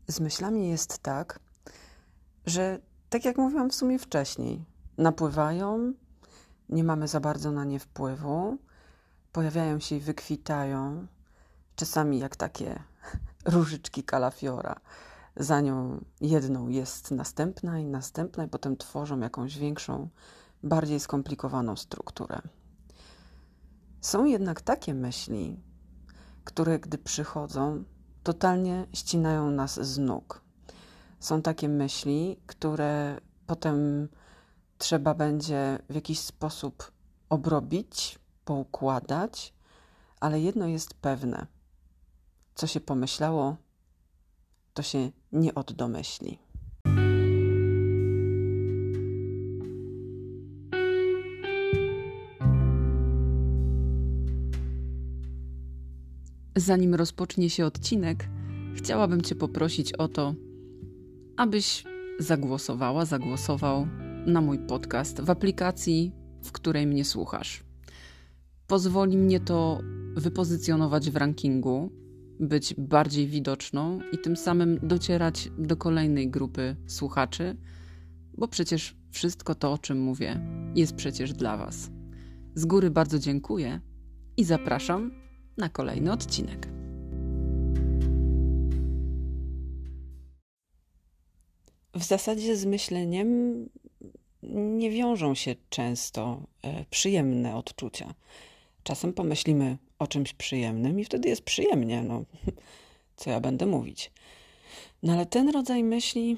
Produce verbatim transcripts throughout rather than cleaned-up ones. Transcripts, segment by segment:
Z myślami jest tak, że tak jak mówiłam w sumie wcześniej, napływają, nie mamy za bardzo na nie wpływu, pojawiają się i wykwitają, czasami jak takie różyczki kalafiora. Za nią jedną jest następna i następna i potem tworzą jakąś większą, bardziej skomplikowaną strukturę. Są jednak takie myśli, które gdy przychodzą, totalnie ścinają nas z nóg. Są takie myśli, które potem trzeba będzie w jakiś sposób obrobić, poukładać, ale jedno jest pewne. Co się pomyślało, to się nie oddomyśli. Zanim rozpocznie się odcinek, chciałabym Cię poprosić o to, abyś zagłosowała, zagłosował na mój podcast w aplikacji, w której mnie słuchasz. Pozwoli mnie to wypozycjonować w rankingu, być bardziej widoczną i tym samym docierać do kolejnej grupy słuchaczy, bo przecież wszystko to, o czym mówię, jest przecież dla Was. Z góry bardzo dziękuję i zapraszam na kolejny odcinek. W zasadzie z myśleniem nie wiążą się często e, przyjemne odczucia. Czasem pomyślimy o czymś przyjemnym i wtedy jest przyjemnie, no co ja będę mówić. No ale ten rodzaj myśli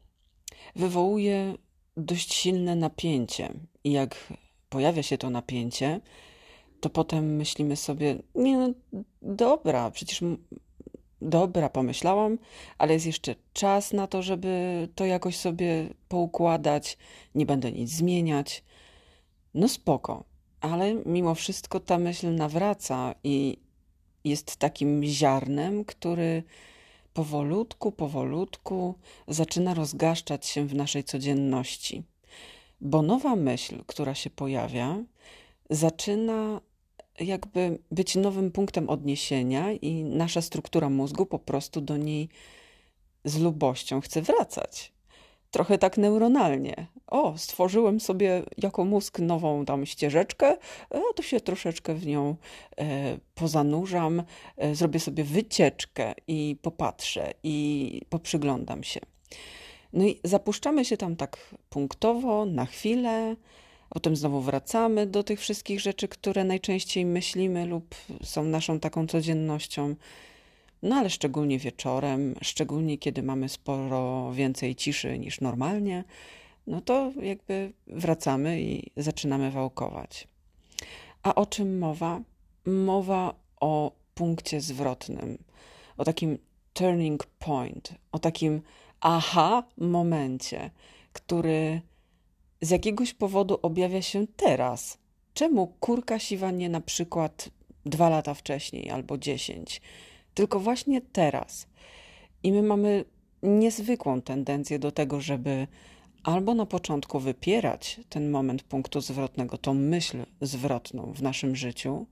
wywołuje dość silne napięcie i jak pojawia się to napięcie, to potem myślimy sobie, nie no dobra, przecież dobra, pomyślałam, ale jest jeszcze czas na to, żeby to jakoś sobie poukładać, nie będę nic zmieniać. No spoko, ale mimo wszystko ta myśl nawraca i jest takim ziarnem, który powolutku, powolutku zaczyna rozgaszczać się w naszej codzienności. Bo nowa myśl, która się pojawia, zaczyna jakby być nowym punktem odniesienia i nasza struktura mózgu po prostu do niej z lubością chce wracać. Trochę tak neuronalnie. O, stworzyłem sobie jako mózg nową tam ścieżeczkę, a to się troszeczkę w nią e, pozanurzam, e, zrobię sobie wycieczkę i popatrzę i poprzyglądam się. No i zapuszczamy się tam tak punktowo, na chwilę, a potem znowu wracamy do tych wszystkich rzeczy, które najczęściej myślimy lub są naszą taką codziennością. No ale szczególnie wieczorem, szczególnie kiedy mamy sporo więcej ciszy niż normalnie, no to jakby wracamy i zaczynamy wałkować. A o czym mowa? Mowa o punkcie zwrotnym, o takim turning point, o takim aha momencie, który z jakiegoś powodu objawia się teraz. Czemu kurka siwa nie na przykład dwa lata wcześniej albo dziesięć? Tylko właśnie teraz. I my mamy niezwykłą tendencję do tego, żeby albo na początku wypierać ten moment punktu zwrotnego, tą myśl zwrotną w naszym życiu,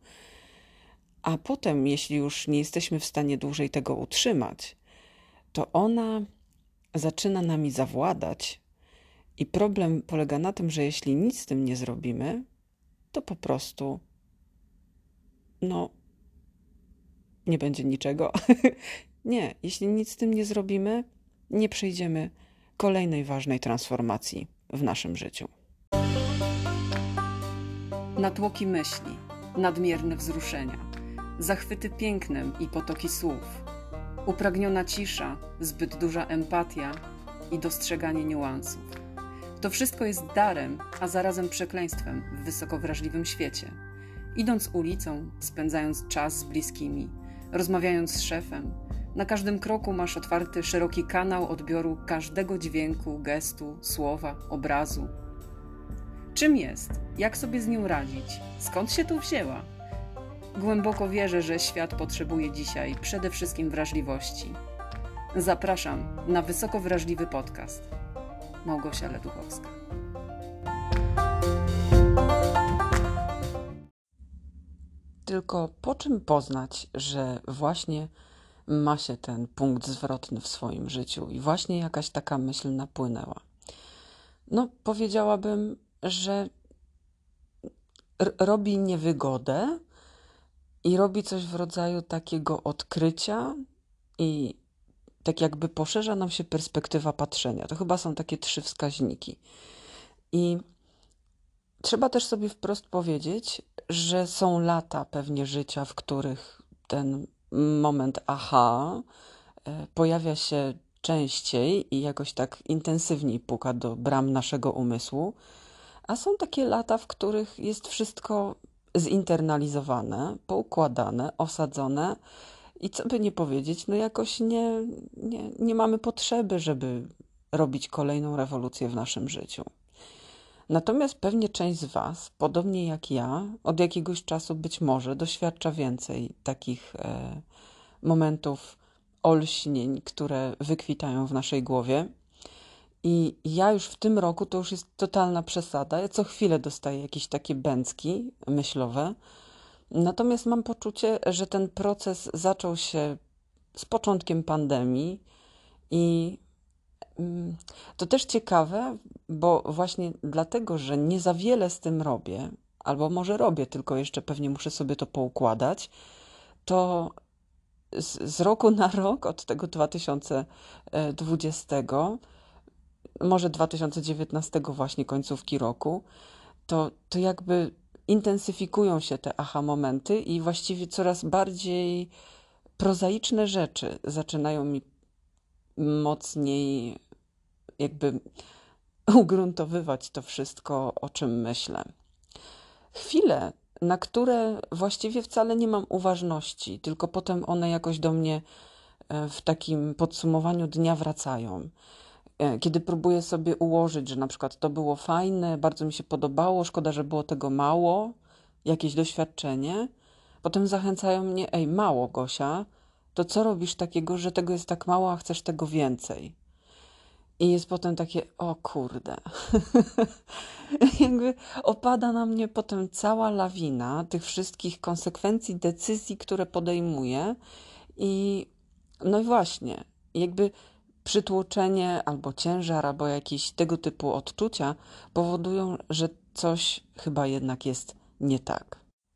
a potem, jeśli już nie jesteśmy w stanie dłużej tego utrzymać, to ona zaczyna nami zawładać i problem polega na tym, że jeśli nic z tym nie zrobimy, to po prostu no nie będzie niczego. Nie, jeśli nic z tym nie zrobimy, nie przejdziemy kolejnej ważnej transformacji w naszym życiu. Natłoki myśli, nadmierne wzruszenia, zachwyty pięknem i potoki słów, upragniona cisza, zbyt duża empatia i dostrzeganie niuansów. To wszystko jest darem, a zarazem przekleństwem w wysoko wrażliwym świecie. Idąc ulicą, spędzając czas z bliskimi, rozmawiając z szefem, na każdym kroku masz otwarty szeroki kanał odbioru każdego dźwięku, gestu, słowa, obrazu. Czym jest? Jak sobie z nią radzić? Skąd się tu wzięła? Głęboko wierzę, że świat potrzebuje dzisiaj przede wszystkim wrażliwości. Zapraszam na wysoko wrażliwy podcast. Małgosia Leduchowska. Tylko po czym poznać, że właśnie ma się ten punkt zwrotny w swoim życiu i właśnie jakaś taka myśl napłynęła. No, powiedziałabym, że r- robi niewygodę i robi coś w rodzaju takiego odkrycia i tak jakby poszerza nam się perspektywa patrzenia. To chyba są takie trzy wskaźniki. I trzeba też sobie wprost powiedzieć, że są lata pewnie życia, w których ten moment aha e, pojawia się częściej i jakoś tak intensywniej puka do bram naszego umysłu, a są takie lata, w których jest wszystko zinternalizowane, poukładane, osadzone i co by nie powiedzieć, no jakoś nie, nie, nie mamy potrzeby, żeby robić kolejną rewolucję w naszym życiu. Natomiast pewnie część z Was, podobnie jak ja, od jakiegoś czasu być może doświadcza więcej takich e, momentów olśnień, które wykwitają w naszej głowie. I ja już w tym roku, to już jest totalna przesada, ja co chwilę dostaję jakieś takie bęcki myślowe. Natomiast mam poczucie, że ten proces zaczął się z początkiem pandemii i mm, to też ciekawe, bo właśnie dlatego, że nie za wiele z tym robię, albo może robię, tylko jeszcze pewnie muszę sobie to poukładać, to z, z roku na rok, od tego dwa tysiące dwudziestego, może dwa tysiące dziewiętnastego właśnie końcówki roku, to, to jakby intensyfikują się te aha momenty i właściwie coraz bardziej prozaiczne rzeczy zaczynają mi mocniej jakby ugruntowywać to wszystko, o czym myślę. Chwile, na które właściwie wcale nie mam uważności, tylko potem one jakoś do mnie e, w takim podsumowaniu dnia wracają. E, Kiedy próbuję sobie ułożyć, że na przykład to było fajne, bardzo mi się podobało, szkoda, że było tego mało, jakieś doświadczenie, potem zachęcają mnie, ej, mało, Gosia, to co robisz takiego, że tego jest tak mało, a chcesz tego więcej? I jest potem takie, o kurde. Jakby opada na mnie potem cała lawina tych wszystkich konsekwencji, decyzji, które podejmuję. I no i właśnie, jakby przytłoczenie albo ciężar, albo jakieś tego typu odczucia powodują, że coś chyba jednak jest nie tak.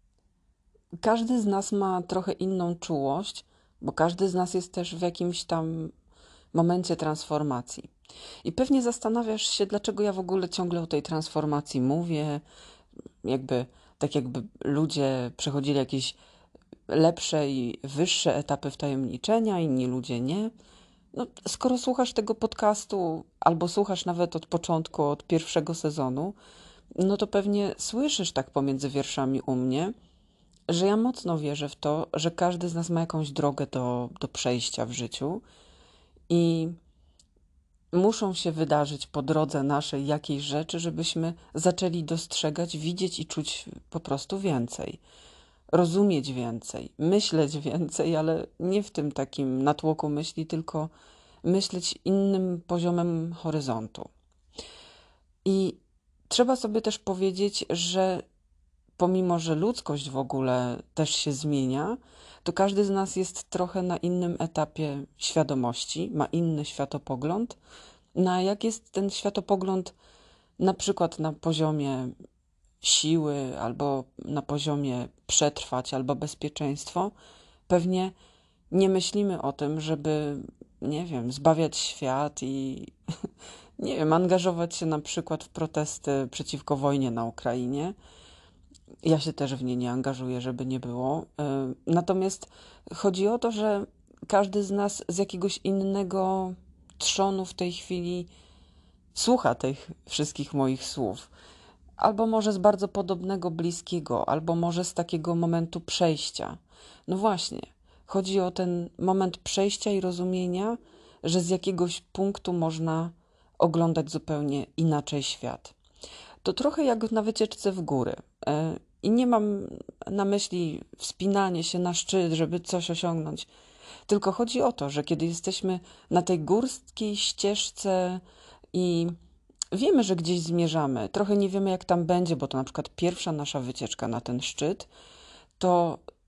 Każdy z nas ma trochę inną czułość, bo każdy z nas jest też w jakimś tam momencie transformacji. I pewnie zastanawiasz się, dlaczego ja w ogóle ciągle o tej transformacji mówię, jakby tak jakby ludzie przechodzili jakieś lepsze i wyższe etapy wtajemniczenia, inni ludzie nie. No, skoro słuchasz tego podcastu, albo słuchasz nawet od początku, od pierwszego sezonu, no to pewnie słyszysz tak pomiędzy wierszami u mnie, że ja mocno wierzę w to, że każdy z nas ma jakąś drogę do, do przejścia w życiu i muszą się wydarzyć po drodze naszej jakieś rzeczy, żebyśmy zaczęli dostrzegać, widzieć i czuć po prostu więcej. Rozumieć więcej, myśleć więcej, ale nie w tym takim natłoku myśli, tylko myśleć innym poziomem horyzontu. I trzeba sobie też powiedzieć, że pomimo, że ludzkość w ogóle też się zmienia, to każdy z nas jest trochę na innym etapie świadomości, ma inny światopogląd. Na jak jest ten światopogląd na przykład na poziomie siły, albo na poziomie przetrwać, albo bezpieczeństwo, pewnie nie myślimy o tym, żeby, nie wiem, zbawiać świat i, nie wiem, angażować się na przykład w protesty przeciwko wojnie na Ukrainie. Ja się też w nie nie angażuję, żeby nie było. Y, Natomiast chodzi o to, że każdy z nas z jakiegoś innego trzonu w tej chwili słucha tych wszystkich moich słów. Albo może z bardzo podobnego, bliskiego, albo może z takiego momentu przejścia. No właśnie, chodzi o ten moment przejścia i rozumienia, że z jakiegoś punktu można oglądać zupełnie inaczej świat. To trochę jak na wycieczce w góry. E, I nie mam na myśli wspinanie się na szczyt, żeby coś osiągnąć. Tylko chodzi o to, że kiedy jesteśmy na tej górskiej ścieżce i wiemy, że gdzieś zmierzamy, trochę nie wiemy jak tam będzie, bo to na przykład pierwsza nasza wycieczka na ten szczyt, to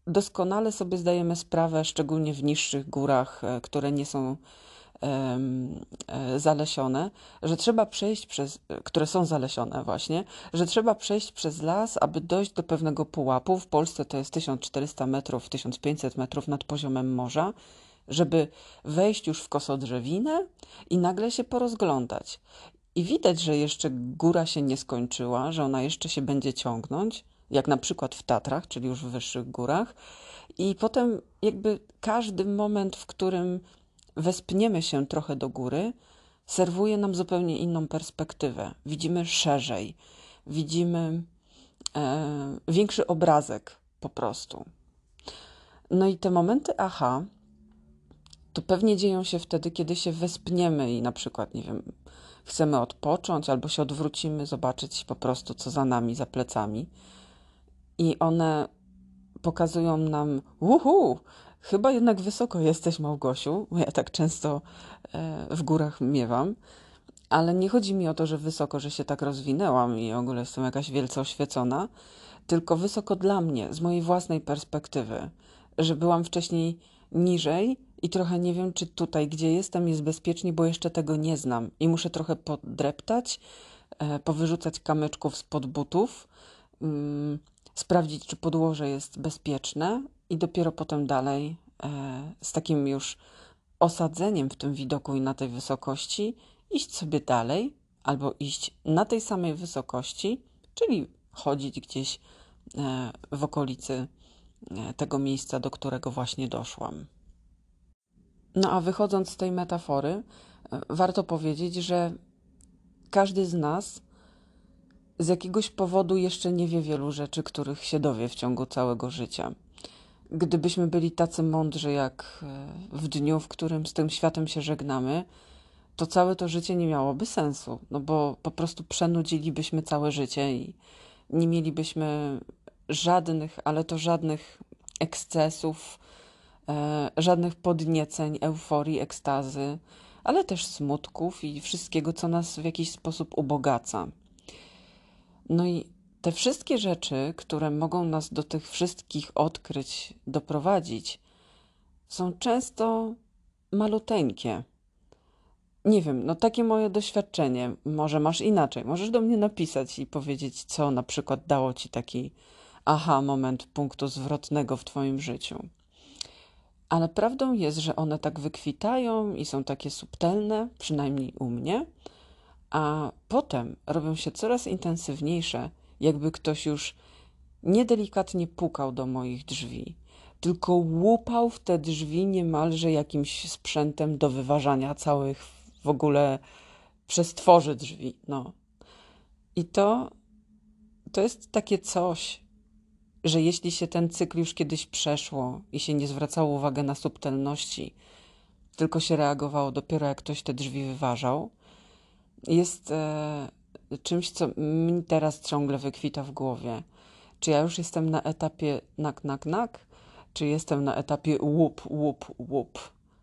doskonale sobie zdajemy sprawę, szczególnie w niższych górach, e, które nie są em, e, zalesione, że trzeba przejść przez, e, które są zalesione właśnie, że trzeba przejść przez las, aby dojść do pewnego pułapu. W Polsce to jest tysiąc czterysta metrów, tysiąc pięćset metrów nad poziomem morza, żeby wejść już w kosodrzewinę i nagle się porozglądać. I widać, że jeszcze góra się nie skończyła, że ona jeszcze się będzie ciągnąć, jak na przykład w Tatrach, czyli już w wyższych górach. I potem jakby każdy moment, w którym wespniemy się trochę do góry, serwuje nam zupełnie inną perspektywę. Widzimy szerzej, widzimy e, większy obrazek po prostu. No i te momenty aha, to pewnie dzieją się wtedy, kiedy się wespniemy i na przykład, nie wiem, chcemy odpocząć albo się odwrócimy, zobaczyć po prostu, co za nami, za plecami. I one pokazują nam, uhu, chyba jednak wysoko jesteś, Małgosiu, bo ja tak często e, w górach miewam, ale nie chodzi mi o to, że wysoko, że się tak rozwinęłam i w ogóle jestem jakaś wielce oświecona, tylko wysoko dla mnie, z mojej własnej perspektywy, że byłam wcześniej niżej i trochę nie wiem, czy tutaj, gdzie jestem, jest bezpiecznie, bo jeszcze tego nie znam i muszę trochę podreptać, e, powyrzucać kamyczków spod butów, mm, sprawdzić, czy podłoże jest bezpieczne i dopiero potem dalej e, z takim już osadzeniem w tym widoku i na tej wysokości iść sobie dalej albo iść na tej samej wysokości, czyli chodzić gdzieś e, w okolicy e, tego miejsca, do którego właśnie doszłam. No a wychodząc z tej metafory, e, warto powiedzieć, że każdy z nas z jakiegoś powodu jeszcze nie wie wielu rzeczy, których się dowie w ciągu całego życia. Gdybyśmy byli tacy mądrzy jak e, w dniu, w którym z tym światem się żegnamy, to całe to życie nie miałoby sensu, no bo po prostu przenudzilibyśmy całe życie i nie mielibyśmy żadnych, ale to żadnych ekscesów, e, żadnych podnieceń, euforii, ekstazy, ale też smutków i wszystkiego, co nas w jakiś sposób ubogaca. No i te wszystkie rzeczy, które mogą nas do tych wszystkich odkryć doprowadzić, są często maluteńkie. Nie wiem, no takie moje doświadczenie. Może masz inaczej. Możesz do mnie napisać i powiedzieć, co na przykład dało ci taki aha, moment punktu zwrotnego w twoim życiu. Ale prawdą jest, że one tak wykwitają i są takie subtelne, przynajmniej u mnie, a potem robią się coraz intensywniejsze, jakby ktoś już niedelikatnie pukał do moich drzwi, tylko łupał w te drzwi niemalże jakimś sprzętem do wyważania całych w ogóle przestworzy drzwi. No. I to, to jest takie coś, że jeśli się ten cykl już kiedyś przeszło i się nie zwracało uwagi na subtelności, tylko się reagowało dopiero jak ktoś te drzwi wyważał, jest e, czymś, co mi teraz ciągle wykwita w głowie. Czy ja już jestem na etapie nak, nak, nak, czy jestem na etapie łup, łup, łup.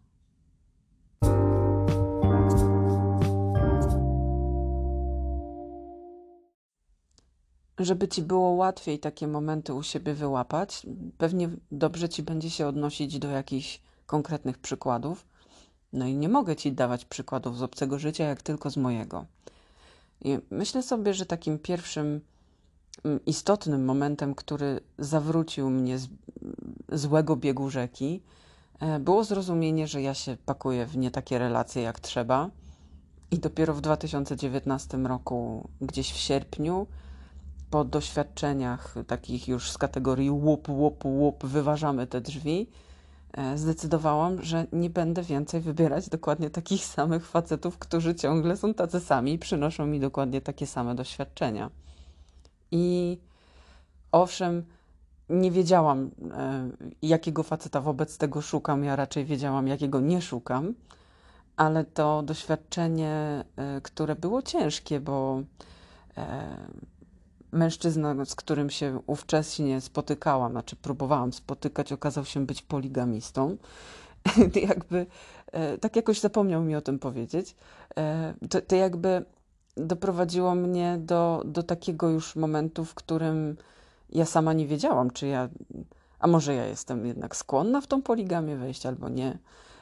Żeby ci było łatwiej takie momenty u siebie wyłapać, pewnie dobrze ci będzie się odnosić do jakichś konkretnych przykładów. No i nie mogę ci dawać przykładów z obcego życia, jak tylko z mojego. I myślę sobie, że takim pierwszym istotnym momentem, który zawrócił mnie z złego biegu rzeki, było zrozumienie, że ja się pakuję w nie takie relacje jak trzeba. I dopiero w dwa tysiące dziewiętnastym roku, gdzieś w sierpniu, po doświadczeniach takich już z kategorii łup, łup, łup, wyważamy te drzwi, zdecydowałam, że nie będę więcej wybierać dokładnie takich samych facetów, którzy ciągle są tacy sami i przynoszą mi dokładnie takie same doświadczenia. I owszem, nie wiedziałam, jakiego faceta wobec tego szukam, ja raczej wiedziałam, jakiego nie szukam, ale to doświadczenie, które było ciężkie, bo mężczyzna, z którym się ówcześnie spotykałam, znaczy próbowałam spotykać, okazał się być poligamistą. jakby, tak jakoś zapomniał mi o tym powiedzieć. To, to jakby doprowadziło mnie do, do takiego już momentu, w którym ja sama nie wiedziałam, czy ja A może ja jestem jednak skłonna w tą poligamię wejść albo nie.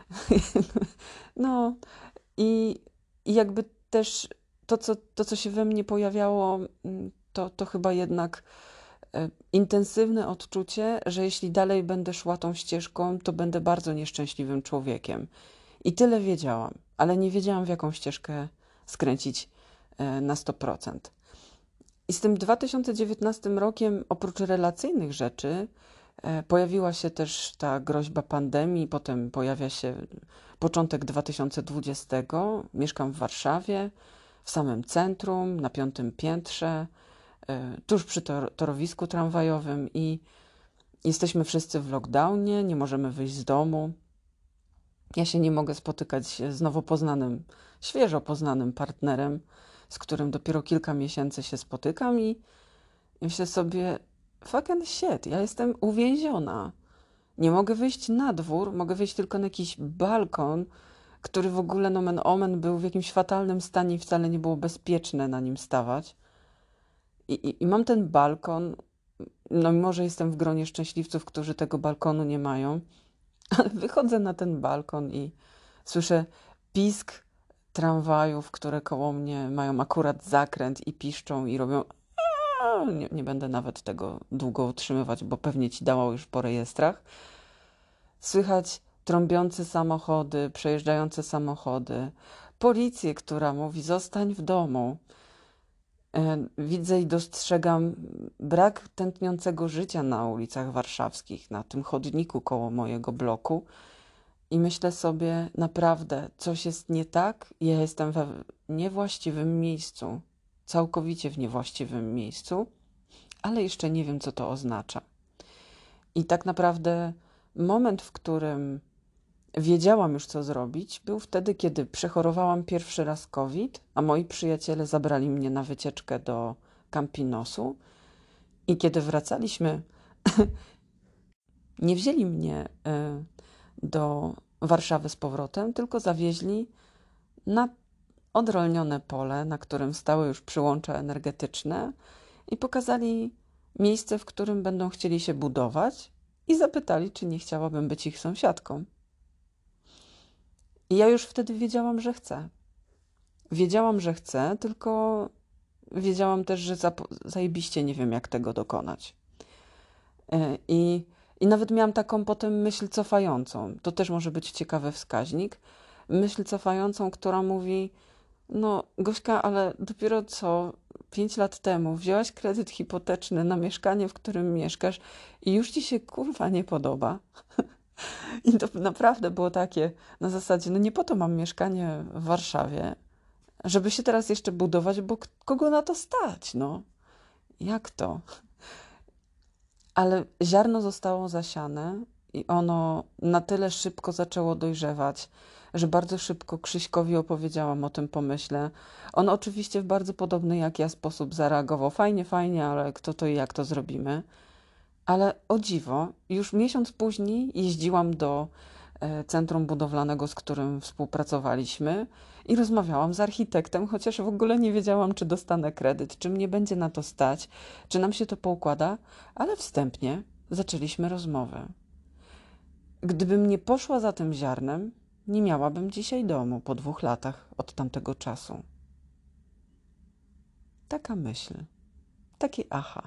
No i, i jakby też to co, to, co się we mnie pojawiało, to, to chyba jednak e, intensywne odczucie, że jeśli dalej będę szła tą ścieżką, to będę bardzo nieszczęśliwym człowiekiem. I tyle wiedziałam, ale nie wiedziałam, w jaką ścieżkę skręcić e, na sto procent. I z tym dwa tysiące dziewiętnastym rokiem, oprócz relacyjnych rzeczy, e, pojawiła się też ta groźba pandemii, potem pojawia się początek dwa tysiące dwudziestego. Mieszkam w Warszawie, w samym centrum, na piątym piętrze, e, tuż przy tor torowisku tramwajowym i jesteśmy wszyscy w lockdownie, nie możemy wyjść z domu. Ja się nie mogę spotykać z nowo poznanym, świeżo poznanym partnerem, z którym dopiero kilka miesięcy się spotykam i myślę sobie, fucking shit, ja jestem uwięziona. Nie mogę wyjść na dwór, mogę wyjść tylko na jakiś balkon, który w ogóle nomen omen był w jakimś fatalnym stanie i wcale nie było bezpieczne na nim stawać. I, i, i mam ten balkon, no mimo że jestem w gronie szczęśliwców, którzy tego balkonu nie mają, ale wychodzę na ten balkon i słyszę pisk tramwajów, które koło mnie mają akurat zakręt i piszczą i robią. Nie, nie będę nawet tego długo utrzymywać, bo pewnie ci dało już po rejestrach. Słychać trąbiące samochody, przejeżdżające samochody, policję, która mówi zostań w domu. Widzę i dostrzegam brak tętniącego życia na ulicach warszawskich, na tym chodniku koło mojego bloku i myślę sobie, naprawdę coś jest nie tak, ja jestem we niewłaściwym miejscu, całkowicie w niewłaściwym miejscu, ale jeszcze nie wiem, co to oznacza. I tak naprawdę moment, w którym wiedziałam już, co zrobić, był wtedy, kiedy przechorowałam pierwszy raz COVID, a moi przyjaciele zabrali mnie na wycieczkę do Campinosu i kiedy wracaliśmy, nie wzięli mnie do Warszawy z powrotem, tylko zawieźli na odrolnione pole, na którym stały już przyłącza energetyczne i pokazali miejsce, w którym będą chcieli się budować i zapytali, czy nie chciałabym być ich sąsiadką. I ja już wtedy wiedziałam, że chcę. Wiedziałam, że chcę, tylko wiedziałam też, że zajebiście nie wiem, jak tego dokonać. I, I nawet miałam taką potem myśl cofającą. To też może być ciekawy wskaźnik. Myśl cofającą, która mówi, no Gośka, ale dopiero co pięć lat temu wzięłaś kredyt hipoteczny na mieszkanie, w którym mieszkasz i już ci się kurwa nie podoba. I to naprawdę było takie na zasadzie, no nie po to mam mieszkanie w Warszawie, żeby się teraz jeszcze budować, bo kogo na to stać, no? Jak to? Ale ziarno zostało zasiane i ono na tyle szybko zaczęło dojrzewać, że bardzo szybko Krzyśkowi opowiedziałam o tym pomyśle. On oczywiście w bardzo podobny jak ja sposób zareagował. Fajnie, fajnie, ale kto to i jak to zrobimy? Ale o dziwo, już miesiąc później jeździłam do centrum budowlanego, z którym współpracowaliśmy i rozmawiałam z architektem, chociaż w ogóle nie wiedziałam, czy dostanę kredyt, czy mnie będzie na to stać, czy nam się to poukłada, ale wstępnie zaczęliśmy rozmowę. Gdybym nie poszła za tym ziarnem, nie miałabym dzisiaj domu po dwóch latach od tamtego czasu. Taka myśl, taki aha.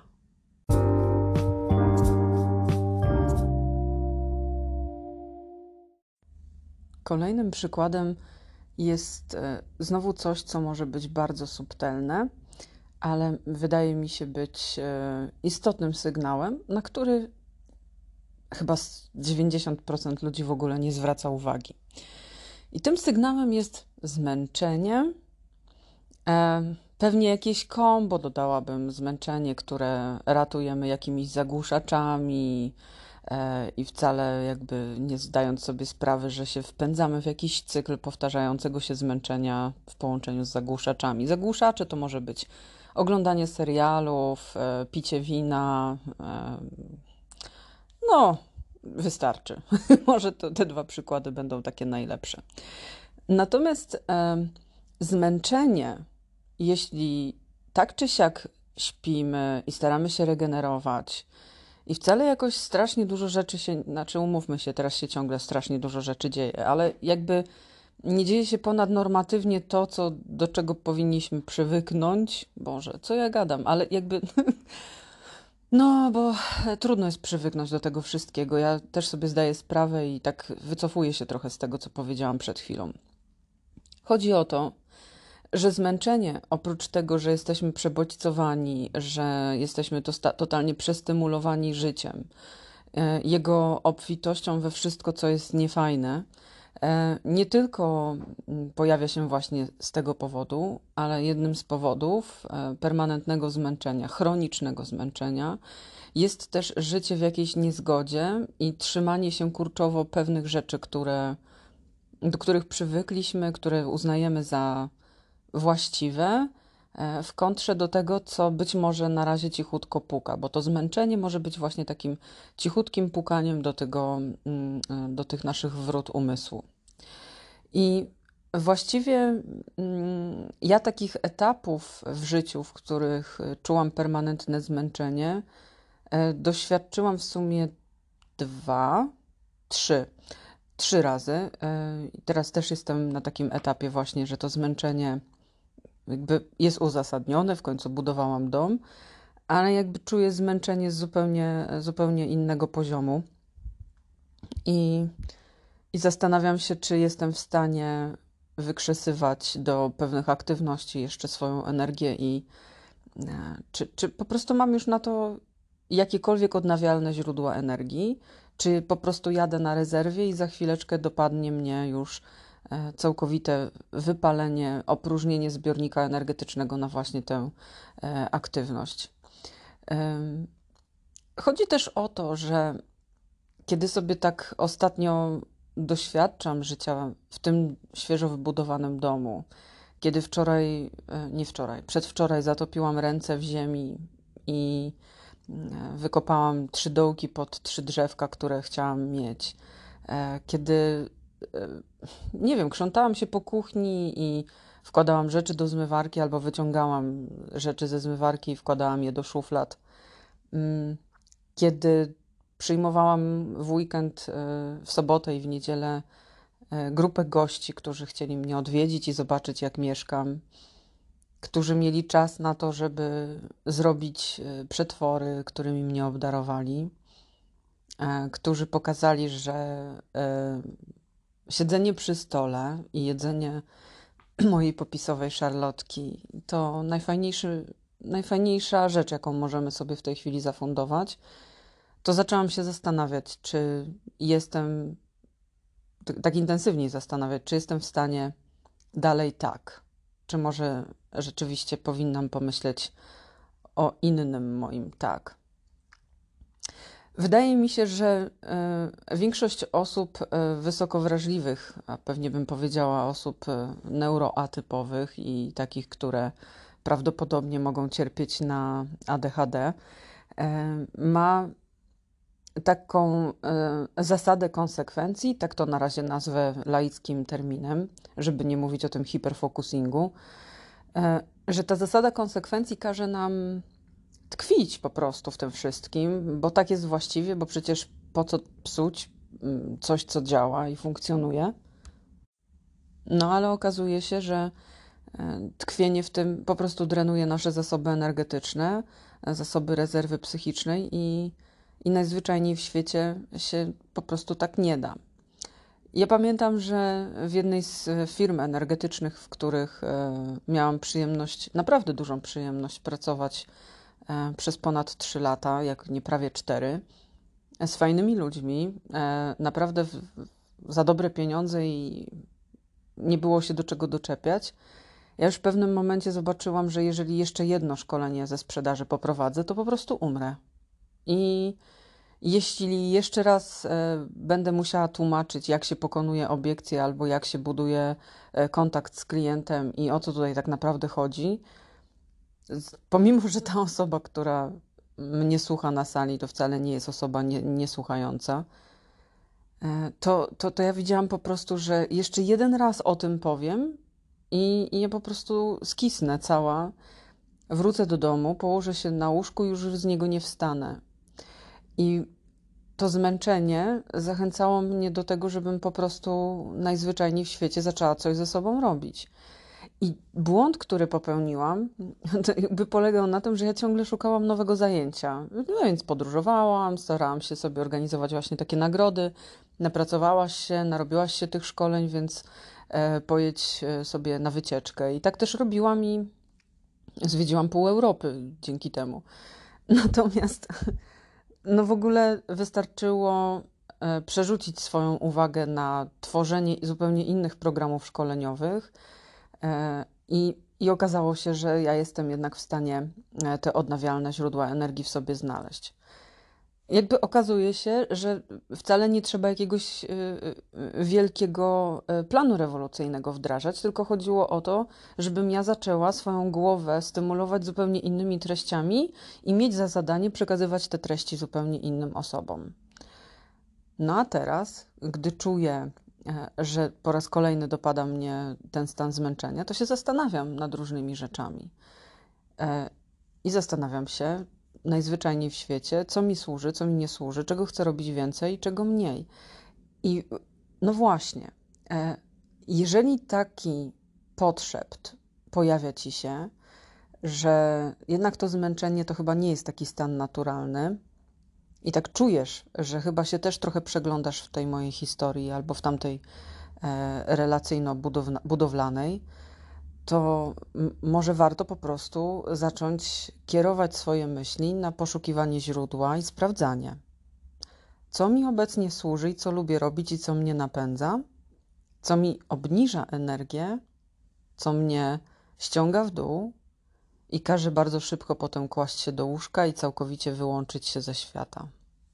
Kolejnym przykładem jest znowu coś, co może być bardzo subtelne, ale wydaje mi się być istotnym sygnałem, na który chyba dziewięćdziesiąt procent ludzi w ogóle nie zwraca uwagi. I tym sygnałem jest zmęczenie, pewnie jakieś kombo dodałabym, zmęczenie, które ratujemy jakimiś zagłuszaczami, i wcale jakby nie zdając sobie sprawy, że się wpędzamy w jakiś cykl powtarzającego się zmęczenia w połączeniu z zagłuszaczami. Zagłuszacze to może być oglądanie serialów, picie wina, no wystarczy. Może to te dwa przykłady będą takie najlepsze. Natomiast e, zmęczenie, jeśli tak czy siak śpimy i staramy się regenerować, I wcale jakoś strasznie dużo rzeczy się, znaczy umówmy się, teraz się ciągle strasznie dużo rzeczy dzieje, ale jakby nie dzieje się ponadnormatywnie to, co, do czego powinniśmy przywyknąć. Boże, co ja gadam, ale jakby no, bo trudno jest przywyknąć do tego wszystkiego. Ja też sobie zdaję sprawę i tak wycofuję się trochę z tego, co powiedziałam przed chwilą. Chodzi o to, że zmęczenie, oprócz tego, że jesteśmy przebodźcowani, że jesteśmy to totalnie przestymulowani życiem, e, jego obfitością we wszystko, co jest niefajne, e, nie tylko mm, pojawia się właśnie z tego powodu, ale jednym z powodów e, permanentnego zmęczenia, chronicznego zmęczenia jest też życie w jakiejś niezgodzie i trzymanie się kurczowo pewnych rzeczy, które, do których przywykliśmy, które uznajemy za właściwe, e, w kontrze do tego, co być może na razie cichutko puka, bo to zmęczenie może być właśnie takim cichutkim pukaniem do tego, mm, e, do tych naszych wrót umysłu. I właściwie mm, ja takich etapów w życiu, w których e, czułam permanentne zmęczenie, e, doświadczyłam w sumie dwa, trzy. Trzy razy. E, i Teraz też jestem na takim etapie właśnie, że to zmęczenie jakby jest uzasadnione, w końcu budowałam dom, ale jakby czuję zmęczenie z zupełnie, zupełnie innego poziomu i, i zastanawiam się, czy jestem w stanie wykrzesywać do pewnych aktywności jeszcze swoją energię i e, czy, czy po prostu mam już na to jakiekolwiek odnawialne źródła energii, czy po prostu jadę na rezerwie i za chwileczkę dopadnie mnie już e, całkowite wypalenie, opróżnienie zbiornika energetycznego na właśnie tę e, aktywność. Em, Chodzi też o to, że kiedy sobie tak ostatnio doświadczam życia w tym świeżo wybudowanym domu, kiedy wczoraj, e, nie wczoraj, przedwczoraj zatopiłam ręce w ziemi i e, wykopałam trzy dołki pod trzy drzewka, które chciałam mieć. E, Kiedy, e, nie wiem, krzątałam się po kuchni i wkładałam rzeczy do zmywarki albo wyciągałam rzeczy ze zmywarki i wkładałam je do szuflad. Mm, Kiedy przyjmowałam w weekend, e, w sobotę i w niedzielę e, grupę gości, którzy chcieli mnie odwiedzić i zobaczyć, jak mieszkam, którzy mieli czas na to, żeby zrobić e, przetwory, którymi mnie obdarowali, e, którzy pokazali, że e, siedzenie przy stole i jedzenie mojej popisowej szarlotki to najfajniejszy, najfajniejsza rzecz, jaką możemy sobie w tej chwili zafundować, to zaczęłam się zastanawiać, czy jestem, t- tak intensywniej zastanawiać, czy jestem w stanie dalej tak, czy może rzeczywiście powinnam pomyśleć o innym moim tak. Wydaje mi się, że e, większość osób e, wysoko wrażliwych, a pewnie bym powiedziała osób e, neuroatypowych i takich, które prawdopodobnie mogą cierpieć na A D H D, e, ma taką e, zasadę konsekwencji, tak to na razie nazwę laickim terminem, żeby nie mówić o tym hiperfokusingu, e, że ta zasada konsekwencji każe nam tkwić po prostu w tym wszystkim, bo tak jest właściwie, bo przecież po co psuć mm, coś, co działa i funkcjonuje. No ale okazuje się, że e, tkwienie w tym po prostu drenuje nasze zasoby energetyczne, e, zasoby rezerwy psychicznej i, i najzwyczajniej w świecie się po prostu tak nie da. Ja pamiętam, że w jednej z e, firm energetycznych, w których e, miałam przyjemność, naprawdę dużą przyjemność pracować e, przez ponad trzy lata, jak nie prawie cztery, z fajnymi ludźmi, e, naprawdę w, za dobre pieniądze i nie było się do czego doczepiać. Ja już w pewnym momencie zobaczyłam, że jeżeli jeszcze jedno szkolenie ze sprzedaży poprowadzę, to po prostu umrę. I jeśli jeszcze raz e, będę musiała tłumaczyć, jak się pokonuje obiekcje albo jak się buduje e, kontakt z klientem i o co tutaj tak naprawdę chodzi, z- pomimo że ta osoba, która mnie słucha na sali, to wcale nie jest osoba nie, niesłuchająca, e, to, to, to ja widziałam po prostu, że jeszcze jeden raz o tym powiem i, i ja po prostu skisnę cała, wrócę do domu, położę się na łóżku i już z niego nie wstanę. I to zmęczenie zachęcało mnie do tego, żebym po prostu najzwyczajniej w świecie zaczęła coś ze sobą robić. I błąd, który popełniłam, to jakby polegał na tym, że ja ciągle szukałam nowego zajęcia. No więc podróżowałam, starałam się sobie organizować właśnie takie nagrody. Napracowałaś się, narobiłaś się tych szkoleń, więc e, pojedź e, sobie na wycieczkę. I tak też robiłam i zwiedziłam pół Europy dzięki temu. Natomiast no w ogóle wystarczyło e, przerzucić swoją uwagę na tworzenie zupełnie innych programów szkoleniowych e, i, i okazało się, że ja jestem jednak w stanie e, te odnawialne źródła energii w sobie znaleźć. Jakby okazuje się, że wcale nie trzeba jakiegoś y, y, wielkiego y, planu rewolucyjnego wdrażać, tylko chodziło o to, żebym ja zaczęła swoją głowę stymulować zupełnie innymi treściami i mieć za zadanie przekazywać te treści zupełnie innym osobom. No a teraz, gdy czuję, e, że po raz kolejny dopada mnie ten stan zmęczenia, to się zastanawiam nad różnymi rzeczami. E, I zastanawiam się najzwyczajniej w świecie, co mi służy, co mi nie służy, czego chcę robić więcej, czego mniej. I no właśnie, e, jeżeli taki potrzebt pojawia ci się, że jednak to zmęczenie to chyba nie jest taki stan naturalny i tak czujesz, że chyba się też trochę przeglądasz w tej mojej historii albo w tamtej e, relacyjno-budowlanej, to m- może warto po prostu zacząć kierować swoje myśli na poszukiwanie źródła i sprawdzanie, co mi obecnie służy i co lubię robić i co mnie napędza, co mi obniża energię, co mnie ściąga w dół i każe bardzo szybko potem kłaść się do łóżka i całkowicie wyłączyć się ze świata.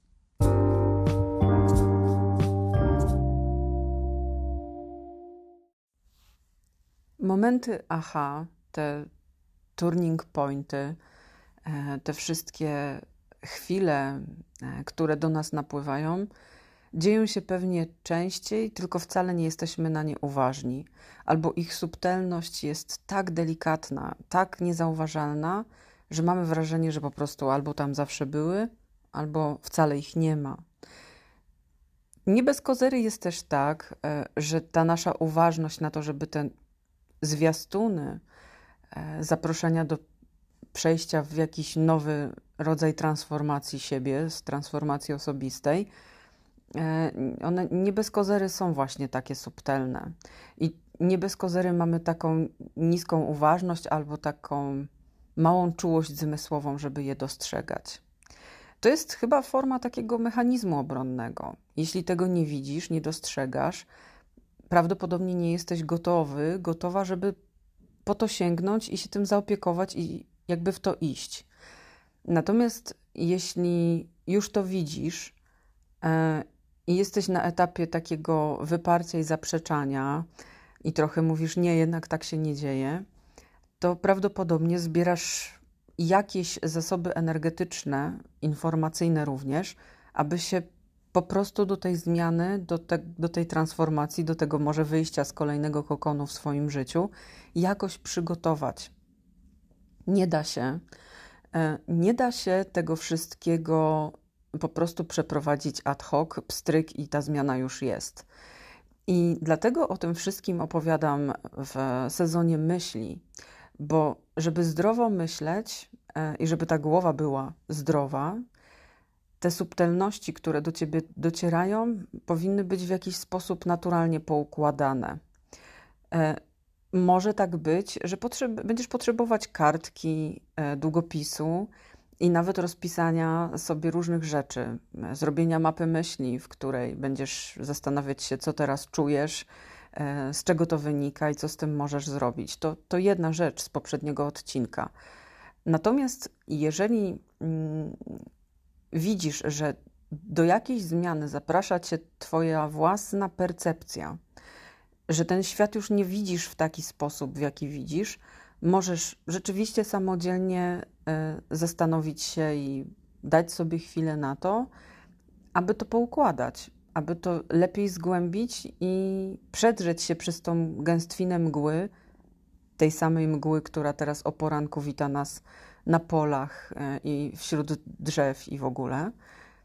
Momenty aha, te turning pointy, e, te wszystkie chwile, e, które do nas napływają, dzieją się pewnie częściej, tylko wcale nie jesteśmy na nie uważni, albo ich subtelność jest tak delikatna, tak niezauważalna, że mamy wrażenie, że po prostu albo tam zawsze były, albo wcale ich nie ma. Nie bez kozery jest też tak, e, że ta nasza uważność na to, żeby te zwiastuny, e, zaproszenia do przejścia w jakiś nowy rodzaj transformacji siebie, z transformacji osobistej, e, one nie bez kozery są właśnie takie subtelne. I nie bez kozery mamy taką niską uważność albo taką małą czułość zmysłową, żeby je dostrzegać. To jest chyba forma takiego mechanizmu obronnego. Jeśli tego nie widzisz, nie dostrzegasz, prawdopodobnie nie jesteś gotowy, gotowa, żeby po to sięgnąć i się tym zaopiekować i jakby w to iść. Natomiast jeśli już to widzisz e, i jesteś na etapie takiego wyparcia i zaprzeczania i trochę mówisz, nie, jednak tak się nie dzieje, to prawdopodobnie zbierasz jakieś zasoby energetyczne, informacyjne również, aby się po prostu do tej zmiany, do, te, do tej transformacji, do tego może wyjścia z kolejnego kokonu w swoim życiu jakoś przygotować. Nie da się, e, nie da się tego wszystkiego po prostu przeprowadzić ad hoc, pstryk i ta zmiana już jest. I dlatego o tym wszystkim opowiadam w sezonie myśli, bo żeby zdrowo myśleć e, i żeby ta głowa była zdrowa, te subtelności, które do ciebie docierają, powinny być w jakiś sposób naturalnie poukładane. E, może tak być, że potrzeb- będziesz potrzebować kartki, e, długopisu i nawet rozpisania sobie różnych rzeczy, e, zrobienia mapy myśli, w której będziesz zastanawiać się, co teraz czujesz, e, z czego to wynika i co z tym możesz zrobić. To, to jedna rzecz z poprzedniego odcinka. Natomiast jeżeli mm, widzisz, że do jakiejś zmiany zaprasza cię twoja własna percepcja, że ten świat już nie widzisz w taki sposób, w jaki widzisz, możesz rzeczywiście samodzielnie y, zastanowić się i dać sobie chwilę na to, aby to poukładać, aby to lepiej zgłębić i przedrzeć się przez tą gęstwinę mgły, tej samej mgły, która teraz o poranku wita nas na polach y, i wśród drzew i w ogóle.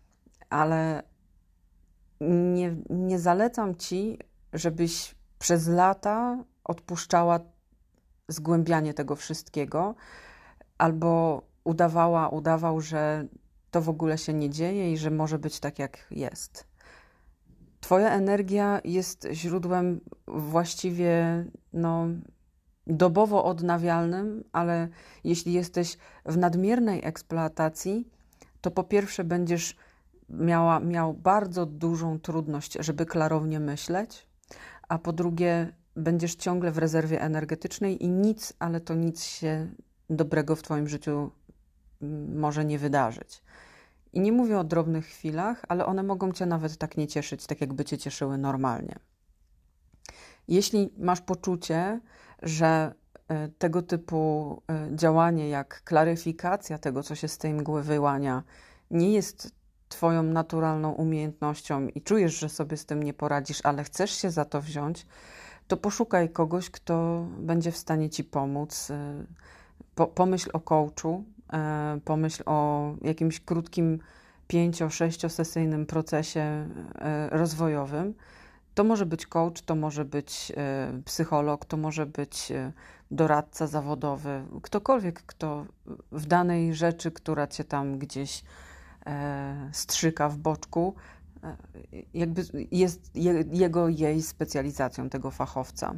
ale nie, nie zalecam ci, żebyś przez lata odpuszczała zgłębianie tego wszystkiego albo udawała, udawał, że to w ogóle się nie dzieje i że może być tak, jak jest. Twoja energia jest źródłem właściwie no, dobowo odnawialnym, ale jeśli jesteś w nadmiernej eksploatacji, to po pierwsze będziesz miała, miał bardzo dużą trudność, żeby klarownie myśleć, a po drugie będziesz ciągle w rezerwie energetycznej i nic, ale to nic się dobrego w twoim życiu może nie wydarzyć. I nie mówię o drobnych chwilach, ale one mogą cię nawet tak nie cieszyć, tak jakby cię cieszyły normalnie. Jeśli masz poczucie, że tego typu działanie jak klaryfikacja tego, co się z tej mgły wyłania, nie jest twoją naturalną umiejętnością i czujesz, że sobie z tym nie poradzisz, ale chcesz się za to wziąć, to poszukaj kogoś, kto będzie w stanie ci pomóc. Po, pomyśl o coachu, pomyśl o jakimś krótkim pięcio-sześciosesyjnym procesie rozwojowym. To może być coach, to może być psycholog, to może być doradca zawodowy, ktokolwiek, kto w danej rzeczy, która cię tam gdzieś strzyka w boczku, jakby jest jego, jej specjalizacją, tego fachowca.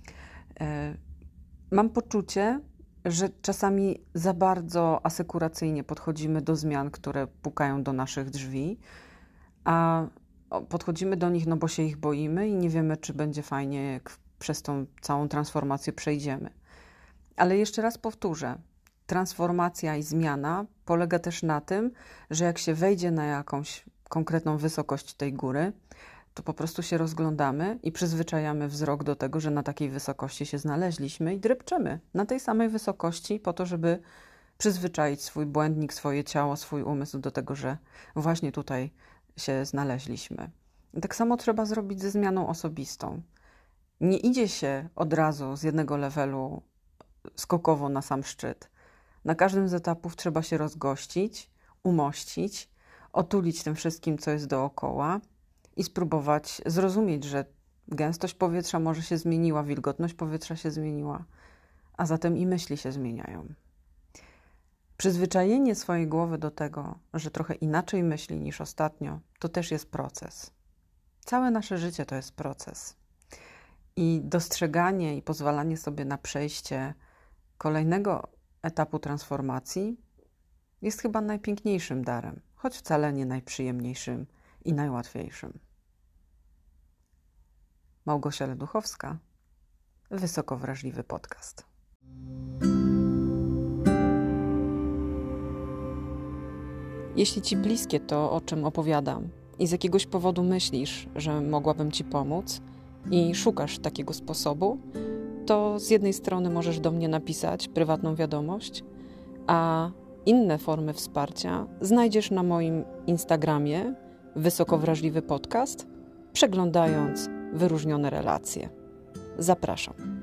Mam poczucie, że czasami za bardzo asekuracyjnie podchodzimy do zmian, które pukają do naszych drzwi, a podchodzimy do nich, no bo się ich boimy i nie wiemy, czy będzie fajnie, jak przez tą całą transformację przejdziemy. Ale jeszcze raz powtórzę, transformacja i zmiana polega też na tym, że jak się wejdzie na jakąś konkretną wysokość tej góry, to po prostu się rozglądamy i przyzwyczajamy wzrok do tego, że na takiej wysokości się znaleźliśmy i drepczemy na tej samej wysokości po to, żeby przyzwyczaić swój błędnik, swoje ciało, swój umysł do tego, że właśnie tutaj się znaleźliśmy. I tak samo trzeba zrobić ze zmianą osobistą. Nie idzie się od razu z jednego levelu skokowo na sam szczyt. Na każdym z etapów trzeba się rozgościć, umościć, otulić tym wszystkim, co jest dookoła i spróbować zrozumieć, że gęstość powietrza może się zmieniła, wilgotność powietrza się zmieniła, a zatem i myśli się zmieniają. Przyzwyczajenie swojej głowy do tego, że trochę inaczej myśli niż ostatnio, to też jest proces. Całe nasze życie to jest proces. I dostrzeganie i pozwalanie sobie na przejście kolejnego etapu transformacji jest chyba najpiękniejszym darem, choć wcale nie najprzyjemniejszym i najłatwiejszym. Małgosia Leduchowska, Wysoko Wrażliwy Podcast. Jeśli ci bliskie to, o czym opowiadam i z jakiegoś powodu myślisz, że mogłabym ci pomóc i szukasz takiego sposobu, to z jednej strony możesz do mnie napisać prywatną wiadomość, a inne formy wsparcia znajdziesz na moim Instagramie Wysoko Wrażliwy Podcast, przeglądając wyróżnione relacje. Zapraszam.